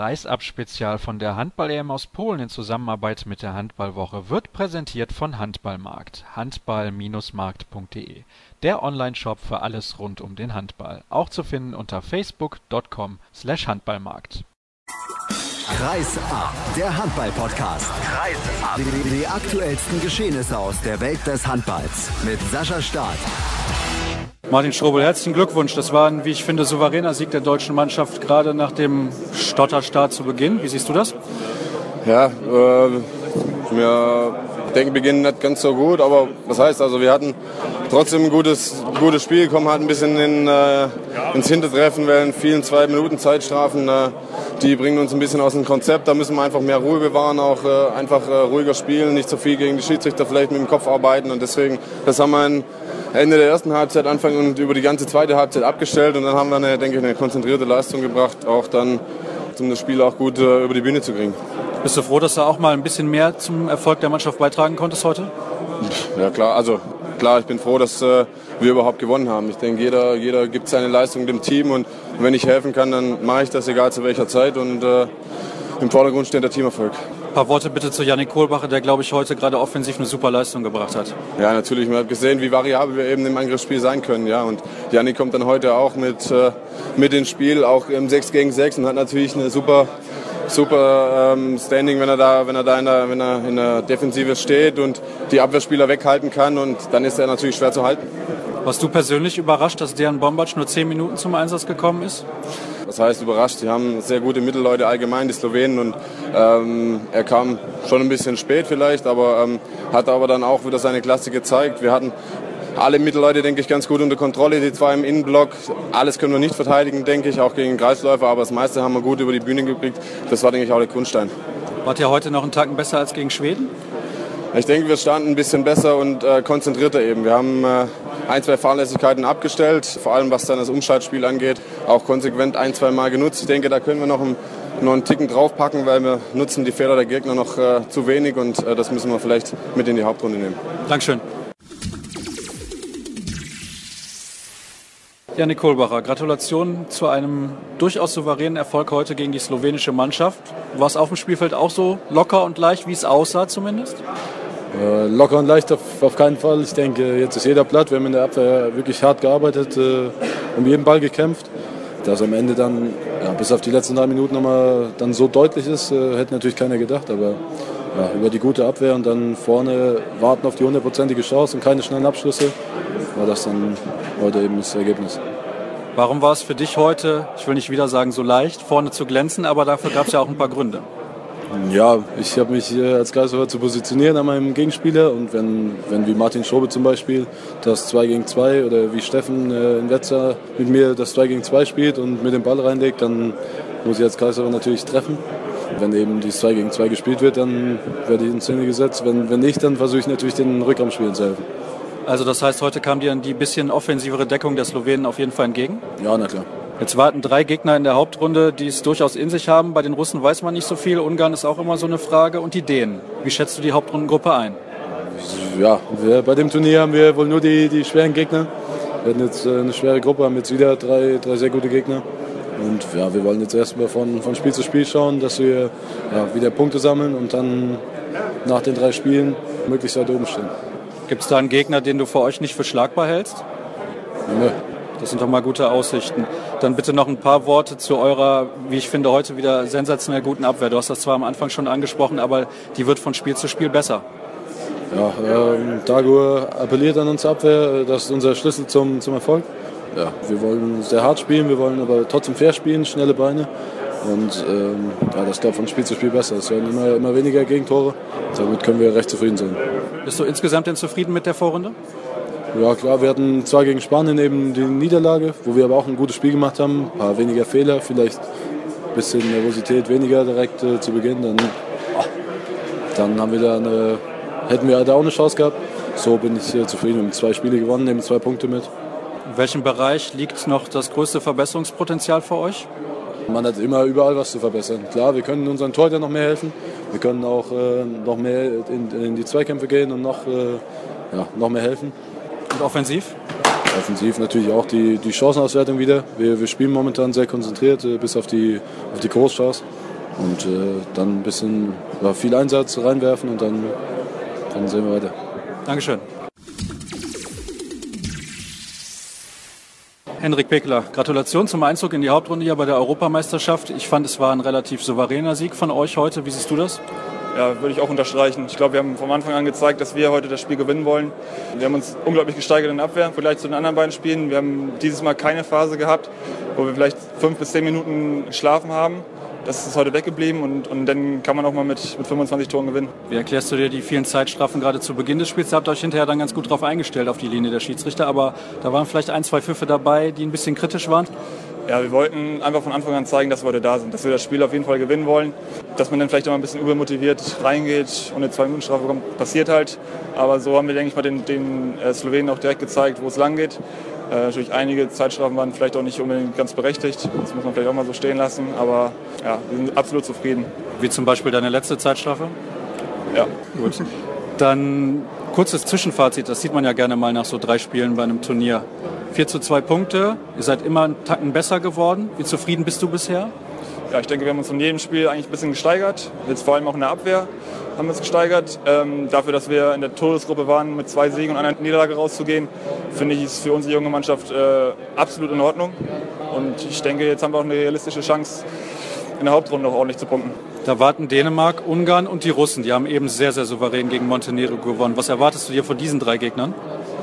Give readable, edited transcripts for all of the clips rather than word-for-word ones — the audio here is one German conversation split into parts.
Kreisab-Spezial von der Handball-EM aus Polen in Zusammenarbeit mit der Handballwoche wird präsentiert von Handballmarkt. Handball-markt.de. Der Online-Shop für alles rund um den Handball. Auch zu finden unter facebook.com/Handballmarkt. Kreisab, der Handball-Podcast. Kreisab. Die aktuellsten Geschehnisse aus der Welt des Handballs mit Sascha Staat. Martin Strobel, herzlichen Glückwunsch. Das war ein, wie ich finde, souveräner Sieg der deutschen Mannschaft, gerade nach dem Stotterstart zu Beginn. Wie siehst du das? Ja, wir denken, beginnen nicht ganz so gut, aber was heißt, also wir hatten trotzdem ein gutes Spiel, kommen halt ein bisschen ins Hintertreffen, weil vielen 2 Minuten Zeitstrafen, die bringen uns ein bisschen aus dem Konzept. Da müssen wir einfach mehr Ruhe bewahren, auch einfach ruhiger spielen, nicht so viel gegen die Schiedsrichter vielleicht mit dem Kopf arbeiten, und deswegen, das haben wir Ende der ersten Halbzeit, Anfang und über die ganze zweite Halbzeit abgestellt, und dann haben wir eine konzentrierte Leistung gebracht, auch dann, um das Spiel auch gut über die Bühne zu kriegen. Bist du froh, dass du auch mal ein bisschen mehr zum Erfolg der Mannschaft beitragen konntest heute? Ja klar, ich bin froh, dass wir überhaupt gewonnen haben. Ich denke, jeder gibt seine Leistung dem Team, und wenn ich helfen kann, dann mache ich das, egal zu welcher Zeit, und im Vordergrund steht der Teamerfolg. Ein paar Worte bitte zu Yannick Kohlbacher, der, glaube ich, heute gerade offensiv eine super Leistung gebracht hat. Ja, natürlich. Man hat gesehen, wie variabel wir eben im Angriffsspiel sein können. Ja. Und Yannick kommt dann heute auch mit ins Spiel, auch im 6 gegen 6, und hat natürlich eine super Standing, wenn er in der Defensive steht und die Abwehrspieler weghalten kann, und dann ist er natürlich schwer zu halten. Warst du persönlich überrascht, dass Dejan Bombac nur 10 Minuten zum Einsatz gekommen ist? Das heißt überrascht, sie haben sehr gute Mittelleute allgemein, die Slowenen, und er kam schon ein bisschen spät vielleicht, aber hat aber dann auch wieder seine Klasse gezeigt. Wir hatten alle Mittelleute, denke ich, ganz gut unter Kontrolle, die 2 im Innenblock. Alles können wir nicht verteidigen, denke ich, auch gegen Kreisläufer, aber das meiste haben wir gut über die Bühne gekriegt. Das war, denke ich, auch der Grundstein. Wart ihr heute noch einen Tacken besser als gegen Schweden? Ich denke, wir standen ein bisschen besser und konzentrierter eben. Wir haben 1, 2 Fahrlässigkeiten abgestellt, vor allem was dann das Umschaltspiel angeht, auch konsequent 1, 2 Mal genutzt. Ich denke, da können wir noch einen Ticken draufpacken, weil wir nutzen die Fehler der Gegner noch zu wenig, und das müssen wir vielleicht mit in die Hauptrunde nehmen. Dankeschön. Yannick Kohlbacher, Gratulation zu einem durchaus souveränen Erfolg heute gegen die slowenische Mannschaft. War es auf dem Spielfeld auch so locker und leicht, wie es aussah zumindest? Locker und leicht auf keinen Fall. Ich denke, jetzt ist jeder platt. Wir haben in der Abwehr wirklich hart gearbeitet, um jeden Ball gekämpft. Dass am Ende dann, bis auf die letzten 3 Minuten nochmal dann so deutlich ist, hätte natürlich keiner gedacht. Aber über die gute Abwehr und dann vorne warten auf die 100%ige Chance und keine schnellen Abschlüsse, war das dann heute eben das Ergebnis. Warum war es für dich heute, ich will nicht wieder sagen so leicht, vorne zu glänzen, aber dafür gab es ja auch ein paar Gründe? Ja, ich habe mich als Kreisläufer zu positionieren an meinem Gegenspieler, und wenn wie Martin Strobel zum Beispiel das 2 gegen 2 oder wie Steffen in Wetzlar mit mir das 2 gegen 2 spielt und mir den Ball reinlegt, dann muss ich als Kreisläufer natürlich treffen. Wenn eben dieses 2 gegen 2 gespielt wird, dann werde ich in Szene gesetzt. Wenn nicht, dann versuche ich natürlich den Rückraumspielen zu helfen. Also das heißt, heute kam dir die bisschen offensivere Deckung der Slowenen auf jeden Fall entgegen? Ja, na klar. Jetzt warten 3 Gegner in der Hauptrunde, die es durchaus in sich haben. Bei den Russen weiß man nicht so viel. Ungarn ist auch immer so eine Frage. Und die Dänen. Wie schätzt du die Hauptrundengruppe ein? Ja, bei dem Turnier haben wir wohl nur die schweren Gegner. Wir hatten jetzt eine schwere Gruppe, haben jetzt wieder drei sehr gute Gegner. Und ja, wir wollen jetzt erstmal von Spiel zu Spiel schauen, dass wir wieder Punkte sammeln und dann nach den 3 Spielen möglichst weit oben stehen. Gibt es da einen Gegner, den du für euch nicht für schlagbar hältst? Nö. Das sind doch mal gute Aussichten. Dann bitte noch ein paar Worte zu eurer, wie ich finde, heute wieder sensationell guten Abwehr. Du hast das zwar am Anfang schon angesprochen, aber die wird von Spiel zu Spiel besser. Ja, Dagur appelliert an unsere Abwehr, das ist unser Schlüssel zum Erfolg. Ja, wir wollen sehr hart spielen, wir wollen aber trotzdem fair spielen, schnelle Beine. Und das klappt von Spiel zu Spiel besser. Es werden immer weniger Gegentore. Damit können wir recht zufrieden sein. Bist du insgesamt denn zufrieden mit der Vorrunde? Ja klar, wir hatten zwar gegen Spanien eben die Niederlage, wo wir aber auch ein gutes Spiel gemacht haben. Ein paar weniger Fehler, vielleicht ein bisschen Nervosität weniger direkt zu Beginn. Dann hätten wir da auch eine Chance gehabt. So bin ich zufrieden. Wir haben 2 Spiele gewonnen, nehmen 2 Punkte mit. In welchem Bereich liegt noch das größte Verbesserungspotenzial für euch? Man hat immer überall was zu verbessern. Klar, wir können unseren Torhütern noch mehr helfen. Wir können auch noch mehr in die Zweikämpfe gehen und noch mehr helfen. Und offensiv? Offensiv natürlich auch die Chancenauswertung wieder. Wir spielen momentan sehr konzentriert, bis auf die Großchance. Und dann ein bisschen viel Einsatz reinwerfen und dann sehen wir weiter. Dankeschön. Henrik Pekeler, Gratulation zum Einzug in die Hauptrunde hier bei der Europameisterschaft. Ich fand, es war ein relativ souveräner Sieg von euch heute. Wie siehst du das? Ja, würde ich auch unterstreichen. Ich glaube, wir haben vom Anfang an gezeigt, dass wir heute das Spiel gewinnen wollen. Wir haben uns unglaublich gesteigert in der Abwehr im Vergleich zu den anderen beiden Spielen. Wir haben dieses Mal keine Phase gehabt, wo wir vielleicht 5 bis 10 Minuten geschlafen haben. Das ist heute weggeblieben und dann kann man auch mal mit 25 Toren gewinnen. Wie erklärst du dir die vielen Zeitstrafen gerade zu Beginn des Spiels? Ihr habt euch hinterher dann ganz gut darauf eingestellt, auf die Linie der Schiedsrichter, aber da waren vielleicht 1, 2 Pfiffe dabei, die ein bisschen kritisch waren? Ja, wir wollten einfach von Anfang an zeigen, dass wir heute da sind, dass wir das Spiel auf jeden Fall gewinnen wollen. Dass man dann vielleicht auch mal ein bisschen übermotiviert reingeht und eine 2-Minuten-Strafe bekommt, passiert halt. Aber so haben wir, denke ich mal, den Slowenen auch direkt gezeigt, wo es lang geht. Natürlich einige Zeitstrafen waren vielleicht auch nicht unbedingt ganz berechtigt. Das muss man vielleicht auch mal so stehen lassen. Aber ja, wir sind absolut zufrieden. Wie zum Beispiel deine letzte Zeitstrafe? Ja. Gut. Dann kurzes Zwischenfazit. Das sieht man ja gerne mal nach so 3 Spielen bei einem Turnier. 4:2 Punkte. Ihr seid immer einen Tacken besser geworden. Wie zufrieden bist du bisher? Ja, ich denke, wir haben uns in jedem Spiel eigentlich ein bisschen gesteigert. Jetzt vor allem auch in der Abwehr haben wir uns gesteigert. Dafür, dass wir in der Todesgruppe waren, mit 2 Siegen und einer Niederlage rauszugehen, finde ich, ist für unsere junge Mannschaft absolut in Ordnung. Und ich denke, jetzt haben wir auch eine realistische Chance, in der Hauptrunde auch ordentlich zu punkten. Da warten Dänemark, Ungarn und die Russen. Die haben eben sehr, sehr souverän gegen Montenegro gewonnen. Was erwartest du dir von diesen 3 Gegnern?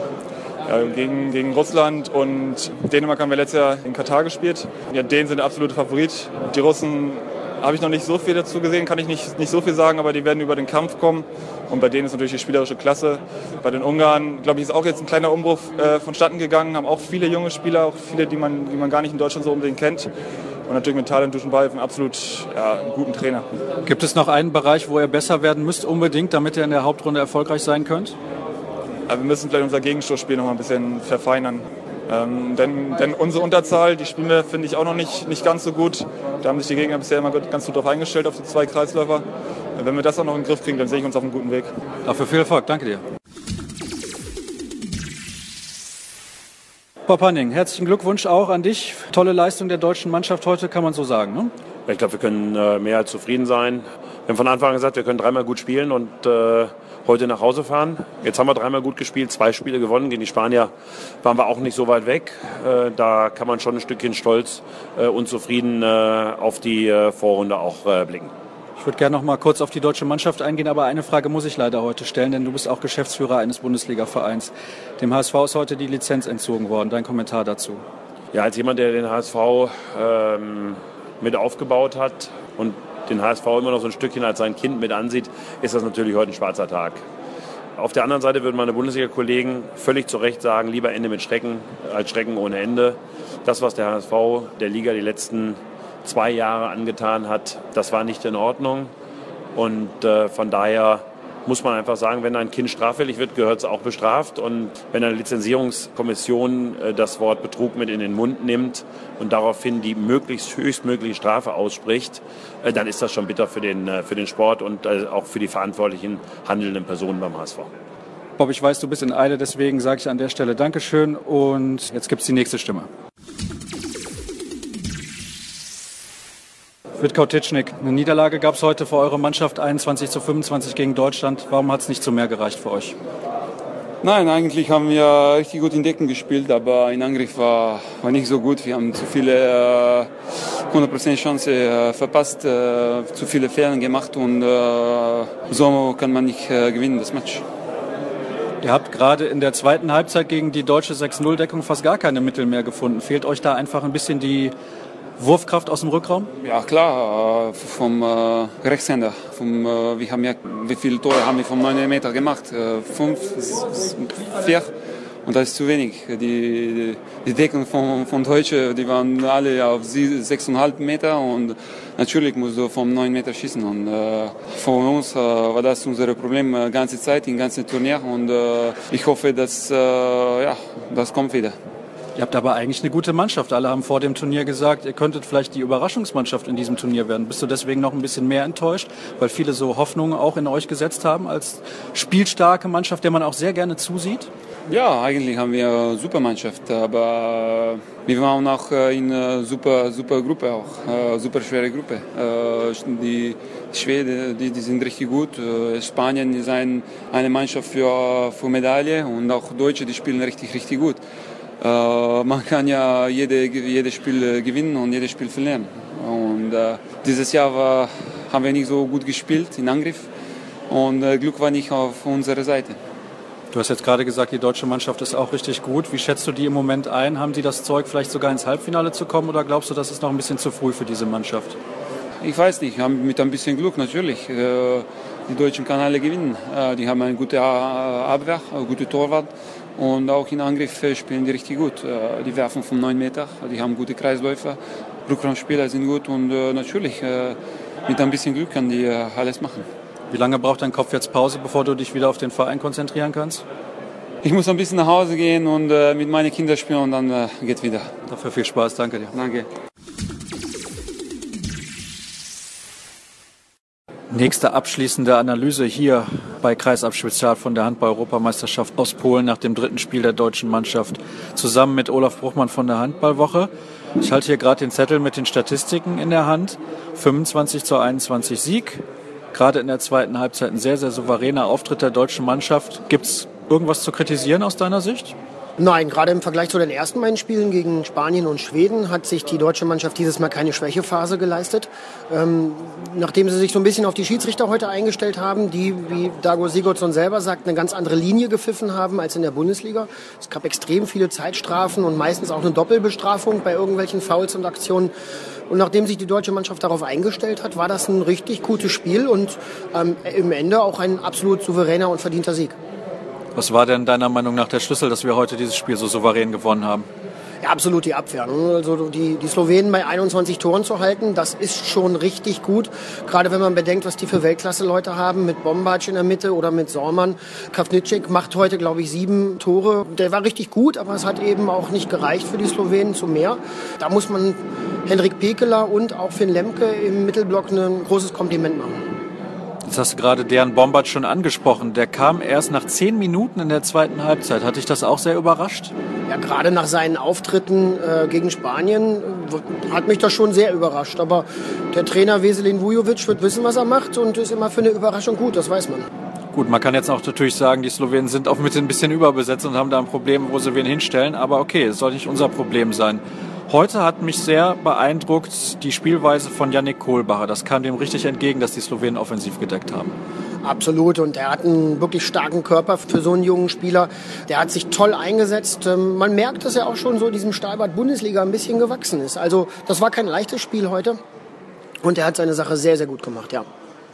Ja, gegen Russland und Dänemark haben wir letztes Jahr in Katar gespielt. Ja, Dänen sind der absolute Favorit. Die Russen habe ich noch nicht so viel dazu gesehen, kann ich nicht so viel sagen, aber die werden über den Kampf kommen. Und bei denen ist natürlich die spielerische Klasse. Bei den Ungarn, glaube ich, ist auch jetzt ein kleiner Umbruch vonstatten gegangen. Haben auch viele junge Spieler, auch viele, die man gar nicht in Deutschland so unbedingt kennt. Und natürlich mit Talen Duschenbaev einen absolut einen guten Trainer. Gibt es noch einen Bereich, wo ihr besser werden müsst unbedingt, damit ihr in der Hauptrunde erfolgreich sein könnt? Aber wir müssen vielleicht unser Gegenstoßspiel noch mal ein bisschen verfeinern. Denn unsere Unterzahl, die spielen wir, finde ich, auch noch nicht ganz so gut. Da haben sich die Gegner bisher immer ganz gut drauf eingestellt, auf die 2 Kreisläufer. Wenn wir das auch noch in den Griff kriegen, dann sehe ich uns auf einem guten Weg. Dafür viel Erfolg. Danke dir. Bob Hanning, herzlichen Glückwunsch auch an dich. Tolle Leistung der deutschen Mannschaft heute, kann man so sagen, ne? Ich glaube, wir können mehr als zufrieden sein. Wir haben von Anfang an gesagt, wir können 3-mal gut spielen und heute nach Hause fahren. Jetzt haben wir 3-mal gut gespielt, 2 Spiele gewonnen. Gegen die Spanier waren wir auch nicht so weit weg. Da kann man schon ein Stückchen stolz und zufrieden auf die Vorrunde auch blicken. Ich würde gerne noch mal kurz auf die deutsche Mannschaft eingehen, aber eine Frage muss ich leider heute stellen, denn du bist auch Geschäftsführer eines Bundesliga-Vereins. Dem HSV ist heute die Lizenz entzogen worden. Dein Kommentar dazu? Ja, als jemand, der den HSV mit aufgebaut hat und den HSV immer noch so ein Stückchen als sein Kind mit ansieht, ist das natürlich heute ein schwarzer Tag. Auf der anderen Seite würden meine Bundesliga-Kollegen völlig zu Recht sagen, lieber Ende mit Schrecken als Schrecken ohne Ende. Das, was der HSV der Liga die letzten 2 Jahre angetan hat, das war nicht in Ordnung. Und von daher muss man einfach sagen, wenn ein Kind straffällig wird, gehört es auch bestraft. Und wenn eine Lizenzierungskommission das Wort Betrug mit in den Mund nimmt und daraufhin die höchstmögliche Strafe ausspricht, dann ist das schon bitter für den Sport und auch für die verantwortlichen handelnden Personen beim HSV. Bob, ich weiß, du bist in Eile, deswegen sage ich an der Stelle Dankeschön und jetzt gibt es die nächste Stimme. Witkau Titschnik, eine Niederlage gab es heute für eure Mannschaft 21:25 gegen Deutschland. Warum hat es nicht zu mehr gereicht für euch? Nein, eigentlich haben wir richtig gut in Decken gespielt, aber in Angriff war nicht so gut. Wir haben zu viele 100% Chance verpasst, zu viele Fehler gemacht und so kann man nicht gewinnen, das Match. Ihr habt gerade in der zweiten Halbzeit gegen die deutsche 6-0-Deckung fast gar keine Mittel mehr gefunden. Fehlt euch da einfach ein bisschen die Wurfkraft aus dem Rückraum? Ja klar, vom Rechtshänder. Wie viele Tore haben wir von 9 Meter gemacht? 5, 4 und das ist zu wenig. Die Deckung von Deutschen, die waren alle auf 6,5 Meter und natürlich musst du vom 9 Meter schießen. Und für uns war das unser Problem die ganze Zeit, im ganzen Turnier und ich hoffe, dass das kommt wieder. Ihr habt aber eigentlich eine gute Mannschaft. Alle haben vor dem Turnier gesagt, ihr könntet vielleicht die Überraschungsmannschaft in diesem Turnier werden. Bist du deswegen noch ein bisschen mehr enttäuscht, weil viele so Hoffnungen auch in euch gesetzt haben als spielstarke Mannschaft, der man auch sehr gerne zusieht? Ja, eigentlich haben wir eine super Mannschaft, aber wir waren auch in einer super Gruppe, auch super schwere Gruppe. Die Schweden, die sind richtig gut. Spanien ist eine Mannschaft für Medaille und auch Deutsche, die spielen richtig gut. Man kann ja jedes Spiel gewinnen und jedes Spiel verlieren. Und dieses Jahr haben wir nicht so gut gespielt in Angriff und Glück war nicht auf unserer Seite. Du hast jetzt gerade gesagt, die deutsche Mannschaft ist auch richtig gut. Wie schätzt du die im Moment ein? Haben die das Zeug, vielleicht sogar ins Halbfinale zu kommen, oder glaubst du, das ist noch ein bisschen zu früh für diese Mannschaft? Ich weiß nicht, mit ein bisschen Glück natürlich. Die Deutschen können alle gewinnen. Die haben eine gute Abwehr, eine gute Torwart und auch in Angriff spielen die richtig gut. Die werfen von 9 Meter, die haben gute Kreisläufer, Rückraumspieler sind gut und natürlich mit ein bisschen Glück können die alles machen. Wie lange braucht dein Kopf jetzt Pause, bevor du dich wieder auf den Verein konzentrieren kannst? Ich muss ein bisschen nach Hause gehen und mit meinen Kindern spielen und dann geht wieder. Dafür viel Spaß, danke dir. Danke. Nächste abschließende Analyse hier bei Kreisab Spezial von der Handball-Europameisterschaft aus Polen nach dem dritten Spiel der deutschen Mannschaft zusammen mit Olaf Bruchmann von der Handballwoche. Ich halte hier gerade den Zettel mit den Statistiken in der Hand. 25:21 Sieg. Gerade in der zweiten Halbzeit ein sehr, sehr souveräner Auftritt der deutschen Mannschaft. Gibt es irgendwas zu kritisieren aus deiner Sicht? Nein, gerade im Vergleich zu den ersten beiden Spielen gegen Spanien und Schweden hat sich die deutsche Mannschaft dieses Mal keine Schwächephase geleistet. Nachdem sie sich so ein bisschen auf die Schiedsrichter heute eingestellt haben, die, wie Dago Sigurdsson selber sagt, eine ganz andere Linie gepfiffen haben als in der Bundesliga. Es gab extrem viele Zeitstrafen und meistens auch eine Doppelbestrafung bei irgendwelchen Fouls und Aktionen. Und nachdem sich die deutsche Mannschaft darauf eingestellt hat, war das ein richtig gutes Spiel und im Ende auch ein absolut souveräner und verdienter Sieg. Was war denn deiner Meinung nach der Schlüssel, dass wir heute dieses Spiel so souverän gewonnen haben? Ja, absolut die Abwehr. Also die Slowenen bei 21 Toren zu halten, das ist schon richtig gut. Gerade wenn man bedenkt, was die für Weltklasse-Leute haben, mit Bombac in der Mitte oder mit Sorman. Kavnicek macht heute, glaube ich, 7 Tore. Der war richtig gut, aber es hat eben auch nicht gereicht für die Slowenen zu mehr. Da muss man Henrik Pekela und auch Finn Lemke im Mittelblock ein großes Kompliment machen. Jetzt hast du gerade Dejan Bombac schon angesprochen. Der kam erst nach 10 Minuten in der zweiten Halbzeit. Hat dich das auch sehr überrascht? Ja, gerade nach seinen Auftritten gegen Spanien hat mich das schon sehr überrascht. Aber der Trainer Veselin Vujovic wird wissen, was er macht und ist immer für eine Überraschung gut, das weiß man. Gut, man kann jetzt auch natürlich sagen, die Slowenen sind auch mit ein bisschen überbesetzt und haben da ein Problem, wo sie wen hinstellen. Aber okay, es soll nicht unser Problem sein. Heute hat mich sehr beeindruckt die Spielweise von Yannick Kohlbacher. Das kam dem richtig entgegen, dass die Slowenen offensiv gedeckt haben. Absolut, und er hat einen wirklich starken Körper für so einen jungen Spieler. Der hat sich toll eingesetzt. Man merkt, dass er auch schon so diesem Stahlbad Bundesliga ein bisschen gewachsen ist. Also das war kein leichtes Spiel heute und er hat seine Sache sehr, sehr gut gemacht, ja.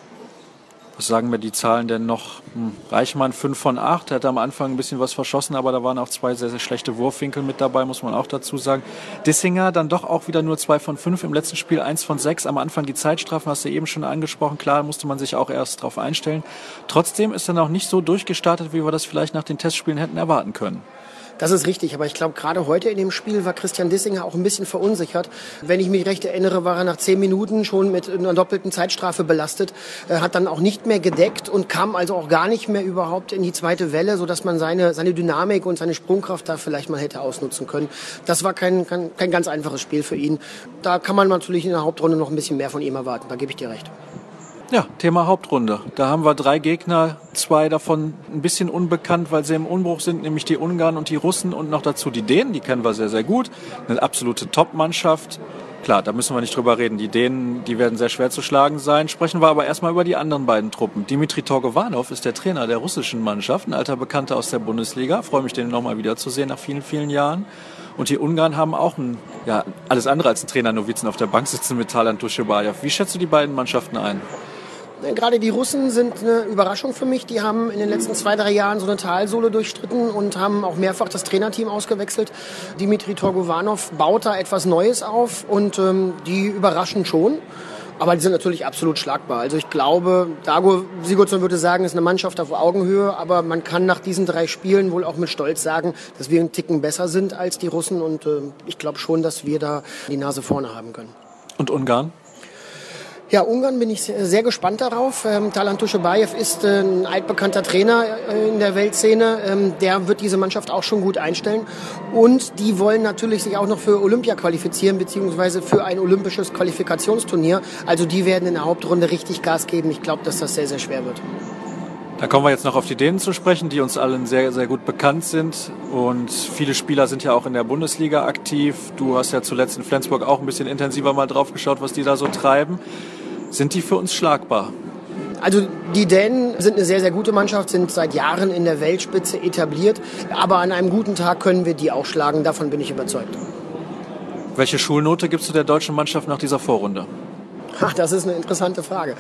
Was sagen mir die Zahlen denn noch? Reichmann 5 von 8, er hat am Anfang ein bisschen was verschossen, aber da waren auch 2 sehr, sehr schlechte Wurfwinkel mit dabei, muss man auch dazu sagen. Dissinger dann doch auch wieder nur 2 von 5, im letzten Spiel 1 von 6. Am Anfang die Zeitstrafen, hast du eben schon angesprochen, klar, musste man sich auch erst drauf einstellen. Trotzdem ist er noch nicht so durchgestartet, wie wir das vielleicht nach den Testspielen hätten erwarten können. Das ist richtig, aber ich glaube, gerade heute in dem Spiel war Christian Dissinger auch ein bisschen verunsichert. Wenn ich mich recht erinnere, war er nach 10 Minuten schon mit einer doppelten Zeitstrafe belastet, hat dann auch nicht mehr gedeckt und kam also auch gar nicht mehr überhaupt in die zweite Welle, sodass man seine Dynamik und seine Sprungkraft da vielleicht mal hätte ausnutzen können. Das war kein ganz einfaches Spiel für ihn. Da kann man natürlich in der Hauptrunde noch ein bisschen mehr von ihm erwarten, da gebe ich dir recht. Ja, Thema Hauptrunde. Da haben wir 3 Gegner, 2 davon ein bisschen unbekannt, weil sie im Umbruch sind, nämlich die Ungarn und die Russen und noch dazu die Dänen, die kennen wir sehr, sehr gut. Eine absolute Top-Mannschaft. Klar, da müssen wir nicht drüber reden. Die Dänen, die werden sehr schwer zu schlagen sein. Sprechen wir aber erstmal über die anderen beiden Truppen. Dimitri Torgovanov ist der Trainer der russischen Mannschaft, ein alter Bekannter aus der Bundesliga. Freue mich, den nochmal wiederzusehen nach vielen, vielen Jahren. Und die Ungarn haben auch alles andere als einen Trainer-Novizen auf der Bank sitzen mit Talant Dushebaev. Wie schätzt du die beiden Mannschaften ein? Gerade die Russen sind eine Überraschung für mich. Die haben in den letzten 2-3 Jahren so eine Talsohle durchstritten und haben auch mehrfach das Trainerteam ausgewechselt. Dimitri Torgovanov baut da etwas Neues auf und die überraschen schon. Aber die sind natürlich absolut schlagbar. Also ich glaube, Dago Sigurdsson würde sagen, es ist eine Mannschaft auf Augenhöhe. Aber man kann nach diesen 3 Spielen wohl auch mit Stolz sagen, dass wir einen Ticken besser sind als die Russen. Und ich glaube schon, dass wir da die Nase vorne haben können. Und Ungarn? Ja, Ungarn bin ich sehr gespannt darauf. Talan Tušebajev ist ein altbekannter Trainer in der Weltszene. Der wird diese Mannschaft auch schon gut einstellen. Und die wollen natürlich sich auch noch für Olympia qualifizieren, beziehungsweise für ein olympisches Qualifikationsturnier. Also die werden in der Hauptrunde richtig Gas geben. Ich glaube, dass das sehr, sehr schwer wird. Da kommen wir jetzt noch auf die Dänen zu sprechen, die uns allen sehr, sehr gut bekannt sind. Und viele Spieler sind ja auch in der Bundesliga aktiv. Du hast ja zuletzt in Flensburg auch ein bisschen intensiver mal drauf geschaut, was die da so treiben. Sind die für uns schlagbar? Also die Dänen sind eine sehr, sehr gute Mannschaft, sind seit Jahren in der Weltspitze etabliert. Aber an einem guten Tag können wir die auch schlagen, davon bin ich überzeugt. Welche Schulnote gibst du der deutschen Mannschaft nach dieser Vorrunde? Ach, das ist eine interessante Frage.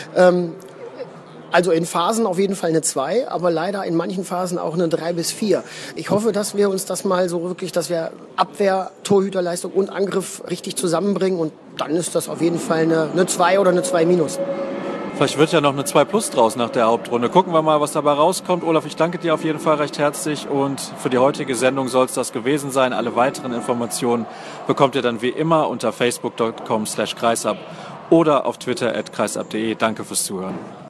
Also in Phasen auf jeden Fall eine 2, aber leider in manchen Phasen auch eine 3 bis 4. Ich hoffe, dass wir uns das mal so wirklich, dass wir Abwehr, Torhüterleistung und Angriff richtig zusammenbringen und dann ist das auf jeden Fall eine 2 oder eine 2 minus. Vielleicht wird ja noch eine 2 plus draus nach der Hauptrunde. Gucken wir mal, was dabei rauskommt. Olaf, ich danke dir auf jeden Fall recht herzlich und für die heutige Sendung soll es das gewesen sein. Alle weiteren Informationen bekommt ihr dann wie immer unter facebook.com/kreisab oder auf Twitter @kreisab.de. Danke fürs Zuhören.